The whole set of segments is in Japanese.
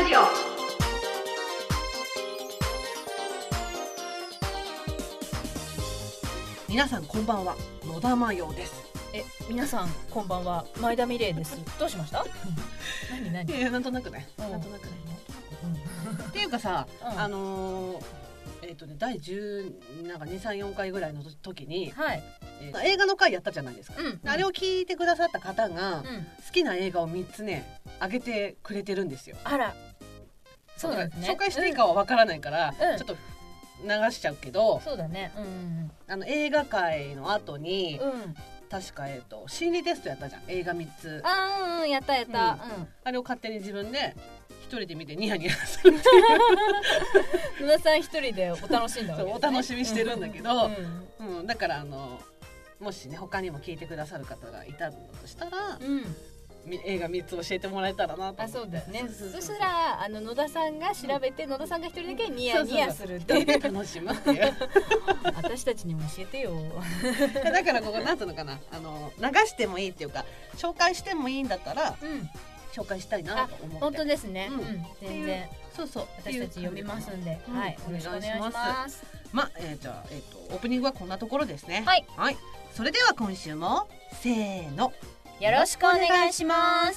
ジオ。皆さんこんばんは、野田真代です。 皆さんこんばんは、前田美玲です。どうしました？何？ いや、なんとなくね、なんとなくね、っていうかさ、第10なんか2、3、4回ぐらいの時に、映画の回やったじゃないですか。あれを聞いてくださった方が、好きな映画を3つね挙げてくれてるんですよ。 あら、そうなんですね。 紹介していいかはわからないから、ちょっと流しちゃうけど、 そうだね。 映画界の後に、確か心理テストやったじゃん、映画3つ。 やった。 あれを勝手に自分で一人で見てニヤニヤするっていう野田さん一人でお楽しんだわけですね。 お楽しみしてるんだけど、だからもしね他にも聞いてくださる方がいたとしたら、映画3つ教えてもらえたらなと思って。 そうですね。そしたら野田さんが調べて、野田さんが一人だけニヤニヤするっていう、 楽しむっていう私たちにも教えてよ。 だからここなんていうのかな、流してもいいっていうか紹介してもいいんだったら、紹介したいなと思って。 本当ですね。全然。 そう私たち読みますんで、よろしくお願いします。 じゃあオープニングはこんなところですね。 はい。 それでは今週もせーの、 よろしくお願いします。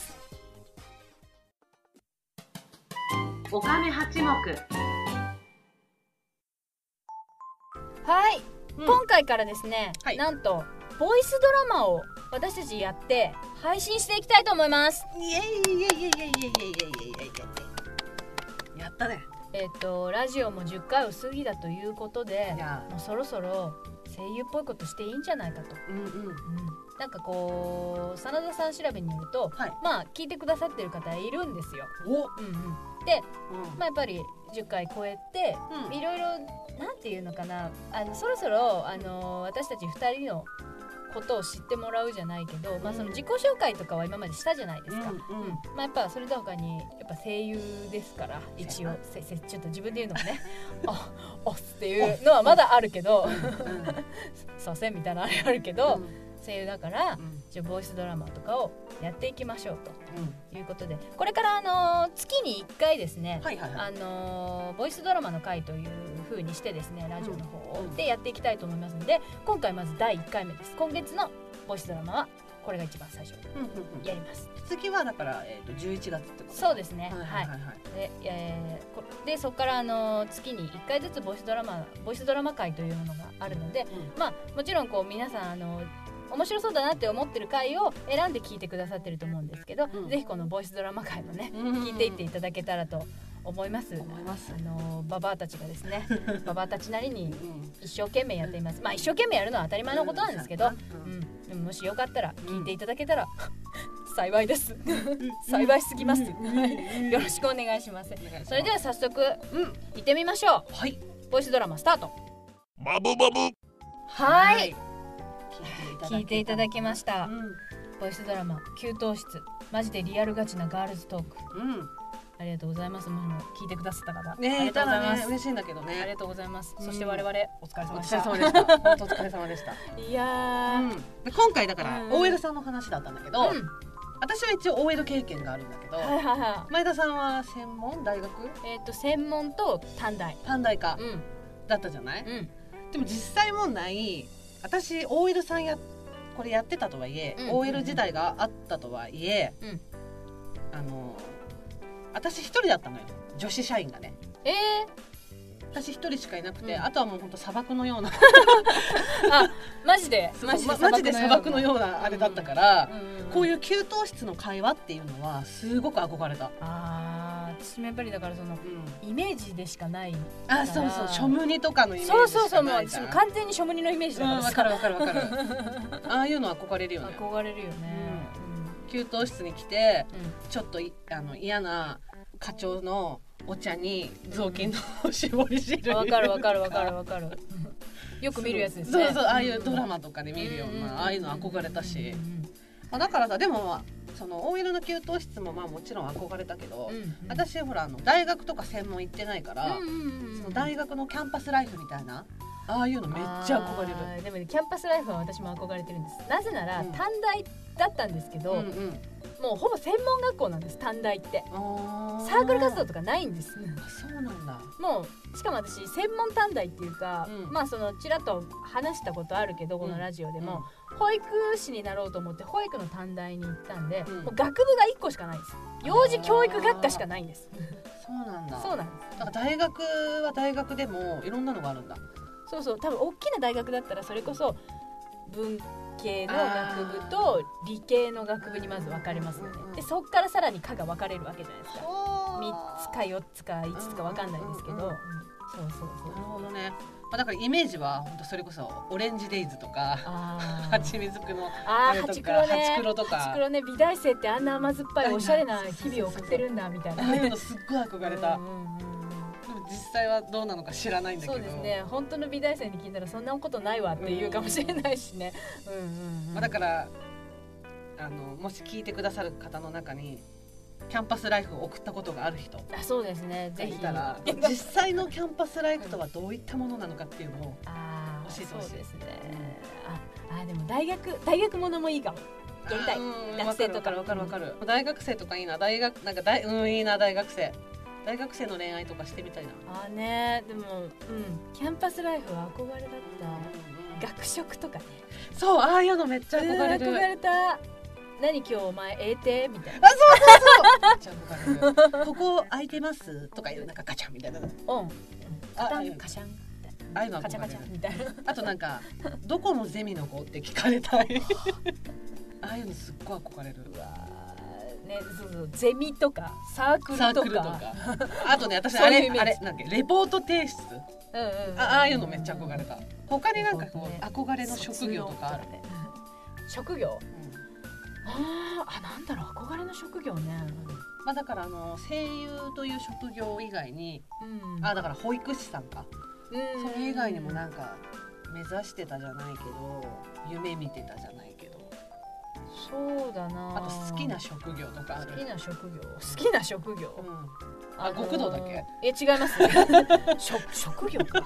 おかめ八目。 はい、今回からですね、なんとボイスドラマを私たちやって配信していきたいと思います。 イエイイエイイエイイエイイエイイエイイエイ。やったね。 ラジオも10回を過ぎだということで、もうそろそろ声優っぽいことしていいんじゃないかと。なんかこう真田さん調べによると、聞いてくださってる方いるんですよ。で、やっぱり10回超えて、いろいろなんていうのかな、そろそろ私たち2人のことを知ってもらうじゃないけど、その自己紹介とかは今までしたじゃないですか。やっぱそれと他にやっぱ声優ですから、一応ちょっと自分で言うのもねおっっていうのはまだあるけどそうせんみたいなのあるけど、声優だからボイスドラマとかをやっていきましょうということで、これから月に1回ですね、ボイスドラマの回という風にしてですね、ラジオの方でやっていきたいと思いますので、今回まず第1回目です。今月のボイスドラマはこれが一番最初やります。 次はだから11月ってこと。 そうですね。でそこから月に1回ずつボイスドラマ会というものがあるので、もちろんこう皆さん面白そうだなって思ってる回を選んで聞いてくださってると思うんですけど、ぜひこのボイスドラマ回もね、聞いていっていただけたらと思います。ババアたちがですね、ババアたちなりに一生懸命やっています。一生懸命やるのは当たり前のことなんですけど、でももしよかったら聞いていただけたら幸いです。幸いすぎます。よろしくお願いします。それでは早速行ってみましょう。ボイスドラマスタート。 バブバブ。 はい、聞いていただきました。ボイスドラマ給湯室、マジでリアルガチなガールズトーク。ありがとうございます。もう聞いてくださった方、ありがとうございます。 嬉しいんだけどね。 ありがとうございます。そして我々お疲れ様でした。 本当お疲れ様でした。 いや今回だから OL さんの話だったんだけど、私は一応 OL 経験があるんだけど、前田さんは専門大学？ 専門と短大かだったじゃない？でも実際問題、私 OL さんこれやってたとはいえ、OL 時代があったとはいえ、私一人だったのよ、女子社員がね。私一人しかいなくて、あとはもう本当砂漠のようなマジで砂漠のようなあれだったから、こういう給湯室の会話っていうのはすごく憧れた。 私もやっぱりだからその、イメージでしかない。 そうそう、ショムニとかのイメージしかないじゃん。 もう完全にショムニのイメージだからさ。 わかるああいうの憧れるよね。 憧れるよね。 給湯室に来て、ちょっと嫌な課長のお茶に雑巾の絞り汁。わかるよく見るやつですね。 そう、ああいうドラマとかで見るような、ああいうの憧れたし、だからさ、でもその OL の給湯室ももちろん憧れたけど、私ほら大学とか専門行ってないから、その大学のキャンパスライフみたいな、ああいうのめっちゃ憧れる。 でもね、キャンパスライフは私も憧れてるんです。なぜなら短大だったんですけど、 もうほぼ専門学校なんです、短大って。サークル活動とかないんです。 そうなんだ。 もうしかも私専門短大っていうか、まあそのちらっと話したことあるけど、このラジオでも、保育士になろうと思って保育の短大に行ったんで、もう学部が1個しかないんです。幼児教育学科しかないんです。 そうなんだ。 そうなんです。 だから大学は大学でもいろんなのがあるんだ。 そうそう、多分大きな大学だったらそれこそ文系の学部と理系の学部にまず分かれますよね。でそっからさらに科が分かれるわけじゃないですか。3つか4つか5つか分かんないんですけど、そうそうそう。 なるほどね。だからイメージは本当それこそオレンジデイズとかはちみつくのあれとかハチクロとか、 ハチクロね、美大生ってあんな甘酸っぱいおしゃれな日々を送ってるんだみたいな、 ああいうのすっごい憧れた。実際はどうなのか知らないんだけど、 そうですね、本当の美大生に聞いたらそんなことないわって言うかもしれないしね。 だからもし聞いてくださる方の中にキャンパスライフを送ったことがある人、 そうですね、ぜひいたら実際のキャンパスライフとはどういったものなのかっていうのを教えてほしい。 そうですね。でも大学ものもいいかも。やりたい。学生とか。 わかる。大学生とかいいな。いいな、大学生。大学生の恋愛とかしてみたいな。 ね、でもキャンパスライフは憧れだった。学食とかね。 そう、ああいうのめっちゃ憧れる。 憧れた。何今日お前英帝みたいな。 めっちゃ憧れる。ここ空いてますとかいうなんかガチャンみたいな。 カタンカシャン。 ああいうのカチャカチャみたいな。 あとなんかどこのゼミの子って聞かれたい。ああいうのすっごい憧れる。 ね、そうゼミとかサークルとかあとね、私あれなんかレポート提出、ああいうのめっちゃ憧れた。他になんかこう憧れの職業とかあるね。 職業、なんだろう、憧れの職業ね。 だから声優という職業以外に、だから保育士さんか、それ以外にもなんか目指してたじゃないけど、夢見てたじゃないけど、 そうだな。 あと好きな職業とかある？ 好きな職業、 極道だっけ？ 違います職業か。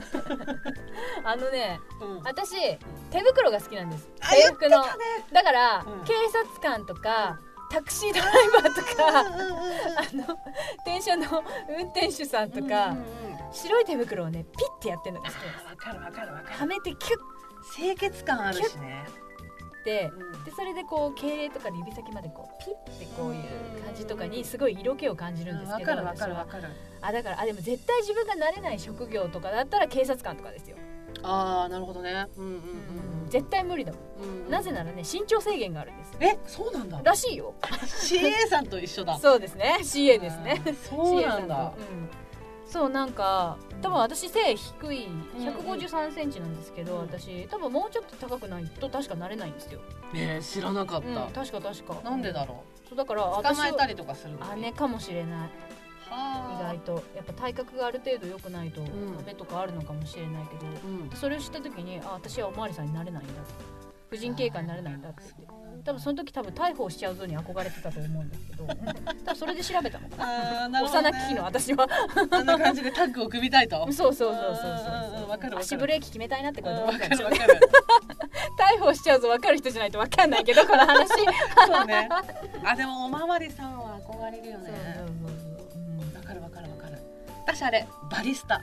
私手袋が好きなんです。制服の。だから、警察官とかタクシードライバーとか電車の運転手さんとか、白い手袋をねピッてやってるのが好きなんです。 わかる。 はめてキュッ、 清潔感あるしね。 でそれでこう敬礼とかで指先までこうピッてこういう感じとかにすごい色気を感じるんですけど、 わかる。 だからでも絶対自分がなれない職業とかだったら警察官とかですよ。 なるほどね。 絶対無理だもん。なぜならね、身長制限があるんです。 そうなんだ。 らしいよ。 CA さんと一緒だ。 そうですね、CA ですね。 そうなんだ。 そう、なんか多分私背低い153センチなんですけど、私多分もうちょっと高くないと確かなれないんですよ。 知らなかった。 確かなんでだろう。そうだから捕まえたりとかするのかもしれない。意外とやっぱ体格がある程度良くないとダメとかあるのかもしれないけど、それを知った時に私はおまわりさんになれないんだ、婦人警官になれないんだって。多分その時逮捕しちゃうぞに憧れてたと思うんですけど、多分それで調べたのかな。幼き日の私はあんな感じでタッグを組みたいと。 そう。足ブレーキ決めたいなってことで分かる。逮捕しちゃうぞ分かる人じゃないと分かんないけどこの話。 そうね。でもおまわりさんは憧れるよね。分かる。私あれバリスタ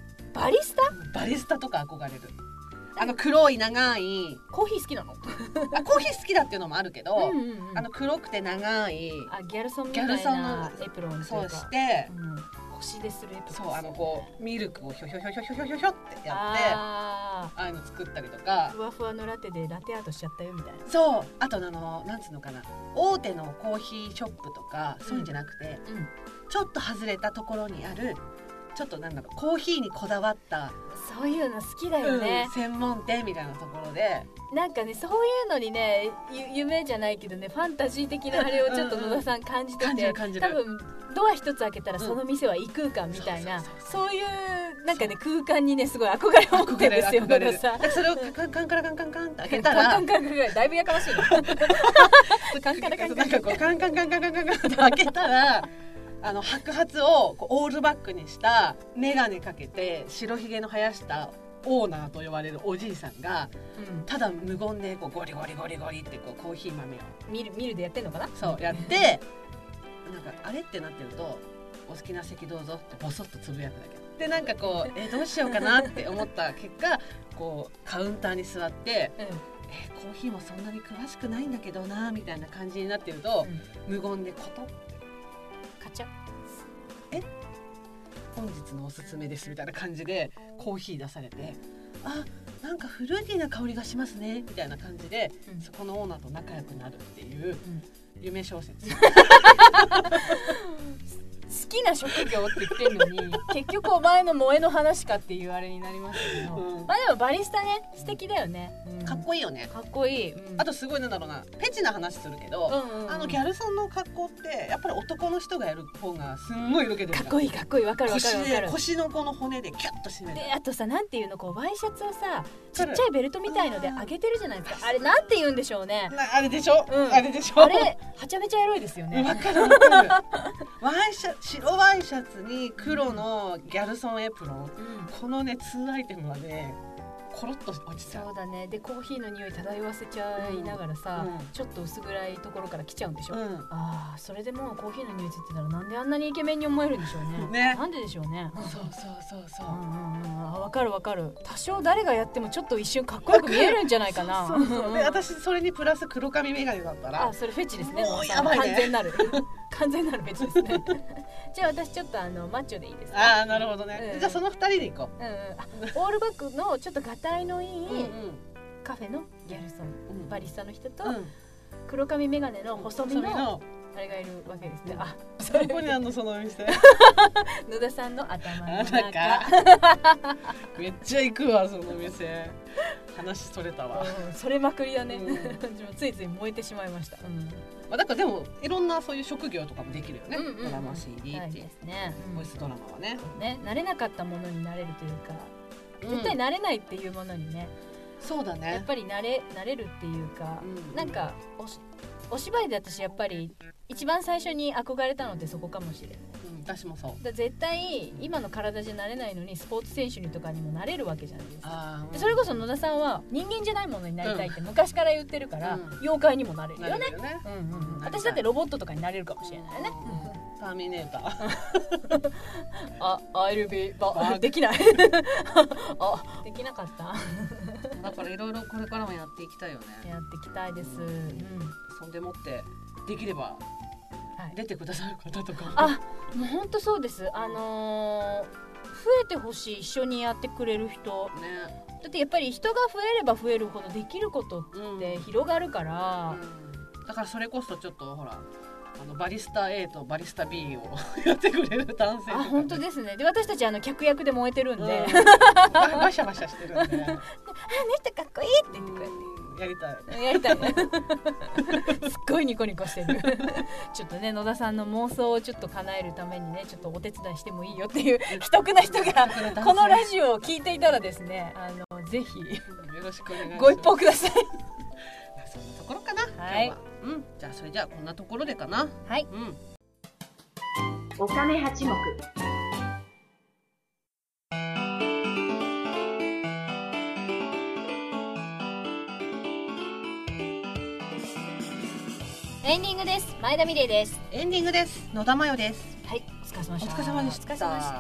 とか憧れる。黒い長いコーヒー好きなの？ コーヒー好きだっていうのもあるけど、黒くて長いギャルソンみたいなエプロンそうして、 腰でするエプロン。 そうこうミルクをひょってやってああいうの作ったりとか、 ふわふわのラテでラテアートしちゃったよみたいな。 そう、あとなんつうのかな、大手のコーヒーショップとかそういうんじゃなくて、ちょっと外れたところにあるちょっとコーヒーにこだわったそういうの好きだよね、 専門店みたいなところで、 なんかね、そういうのにね、夢じゃないけどね、ファンタジー的なあれをちょっと野田さん感じてて、多分ドア一つ開けたらその店は異空間みたいな、そういうなんかね空間にねすごい憧れを持ってるんですよ、野田さん。 それをカンカンカラカンカンカンって開けたらカンカンカンカンだいぶやかましいな。カンカラカンカンカンカンカンカンカンカンカンって開けたら白髪をオールバックにした眼鏡かけて白ひげの生やしたオーナーと呼ばれるおじいさんが、ただ無言でこうゴリゴリゴリゴリってこうコーヒー豆をミルでやってんのかな。 そうやってなんかあれってなってると、お好きな席どうぞってボソッとつぶやくだけで、なんかこうどうしようかなって思った結果、こうカウンターに座って、コーヒーもそんなに詳しくないんだけどなみたいな感じになってると、無言でコトッカチャ本日のおすすめですみたいな感じでコーヒー出されて、あ、なんかフルーティーな香りがしますねみたいな感じで、そこのオーナーと仲良くなるっていう夢小説。 好きな職業って言ってるのに結局お前の萌えの話かっていうあれになりましたけど、まあでもバリスタね、素敵だよね、 かっこいいよね。 かっこいい、 あとすごいなんだろうな、ペチな話するけど、ギャルソンの格好ってやっぱり男の人がやる方がすんごい色気出る。 かっこいいかっこいい、わかるわかるわかる。 腰のこの骨でキュッと締める。 であとさ、なんていうの、こうワイシャツをさ、ちっちゃいベルトみたいので上げてるじゃないですか。あれなんて言うんでしょうね。 あれでしょ、あれでしょ。 あれはちゃめちゃエロいですよね。 わかるわかる。白ワイシャツに黒のギャルソンエプロン、このね2アイテムはねコロッと落ちちゃう。 そうだね。でコーヒーの匂い漂わせちゃいながらさ、ちょっと薄暗いところから来ちゃうんでしょ、ああ、それでもうコーヒーの匂いついてたらなんであんなにイケメンに思えるんでしょうね。なんででしょうね。 そうわかるわかる。多少誰がやってもちょっと一瞬かっこよく見えるんじゃないかな。 で私それにプラス黒髪メガネだったら、 それフェチですね。 もうやばいね。 完全なる完全なるフェチですね。じゃあ私ちょっとマッチョでいいですか。 あ、なるほどね。じゃあその2人で行こう。オールバックのちょっとがたいのいいカフェのギャルソン、バリスタの人と黒髪メガネの細身のあれがいるわけですね。あ、 そこにあんのそのお店。 野田さんの頭の中。 めっちゃ行くわそのお店。話それたわ。 それまくりだね。ついつい燃えてしまいました。 だからでもいろんなそういう職業とかもできるよね。ドラマ CD っていうボイスドラマはね。 慣れなかったものになれるというか、絶対慣れないっていうものにね。 そうだね。 やっぱり慣れるっていうか、なんかお芝居で私やっぱり一番最初に憧れたのってそこかもしれない。 私もそう。 絶対今の体じゃなれないのにスポーツ選手にとかにもなれるわけじゃないですか。それこそ野田さんは人間じゃないものになりたいって昔から言ってるから、妖怪にもなれるよね。私だってロボットとかになれるかもしれないね。 ターミネーター。 I'll be back。できない。できなかった。 だからいろいろこれからもやっていきたいよね。 やっていきたいです。 そんでもってできれば出てくださる方とか。 もう本当そうです。増えてほしい、一緒にやってくれる人。だってやっぱり人が増えれば増えるほどできることって広がるから。 だからそれこそちょっとほら。バリスタ A とバリスタ B をやってくれる男性とか、 本当ですね。で私たち客役で燃えてるんで、 バシャバシャしてるんで、あの人かっこいいって言ってくれてやりたいね。すっごいニコニコしてる。ちょっとね、野田さんの妄想をちょっと叶えるためにね、ちょっとお手伝いしてもいいよっていう既得な人がこのラジオを聞いていたらですね、ぜひよろしくお願いします。 ご一報ください。 そんなところかな。 はい。 じゃあそれじゃあこんなところでかな。 はい。 お金八目。 エンディングです。前田美玲です。 エンディングです。野田真代です。 はい。お疲れ様でした。 お疲れ様でした。 お疲れ様でした。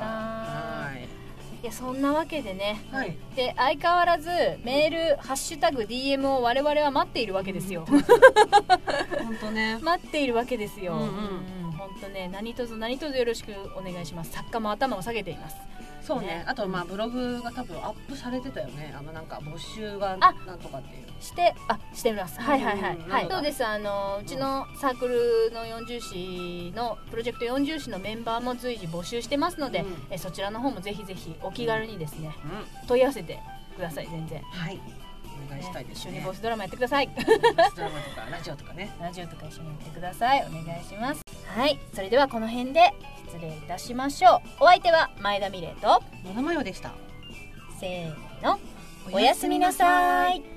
いや、そんなわけでね、で相変わらずメール、ハッシュタグ DM を我々は待っているわけですよ。 本当ね、 待っているわけですよ。本当ね、何卒よろしくお願いします。作家も頭を下げています。 そうね。あとブログが多分アップされてたよね。なんか募集がなんとかっていうしてます。はい。そうです。うちのサークルの四重士のプロジェクト四重士のメンバーも随時募集してますので、そちらの方もぜひぜひお気軽にですね、問い合わせてください。全然。 はい。お願いしたいですね。 一緒にボイスドラマやってください。 ボイスドラマとかラジオとかね。 ラジオとか一緒にやってください。お願いします。はい。それではこの辺で失礼いたしましょう。お相手は前田美玲と野田真代でした。 せーの、おやすみなさい。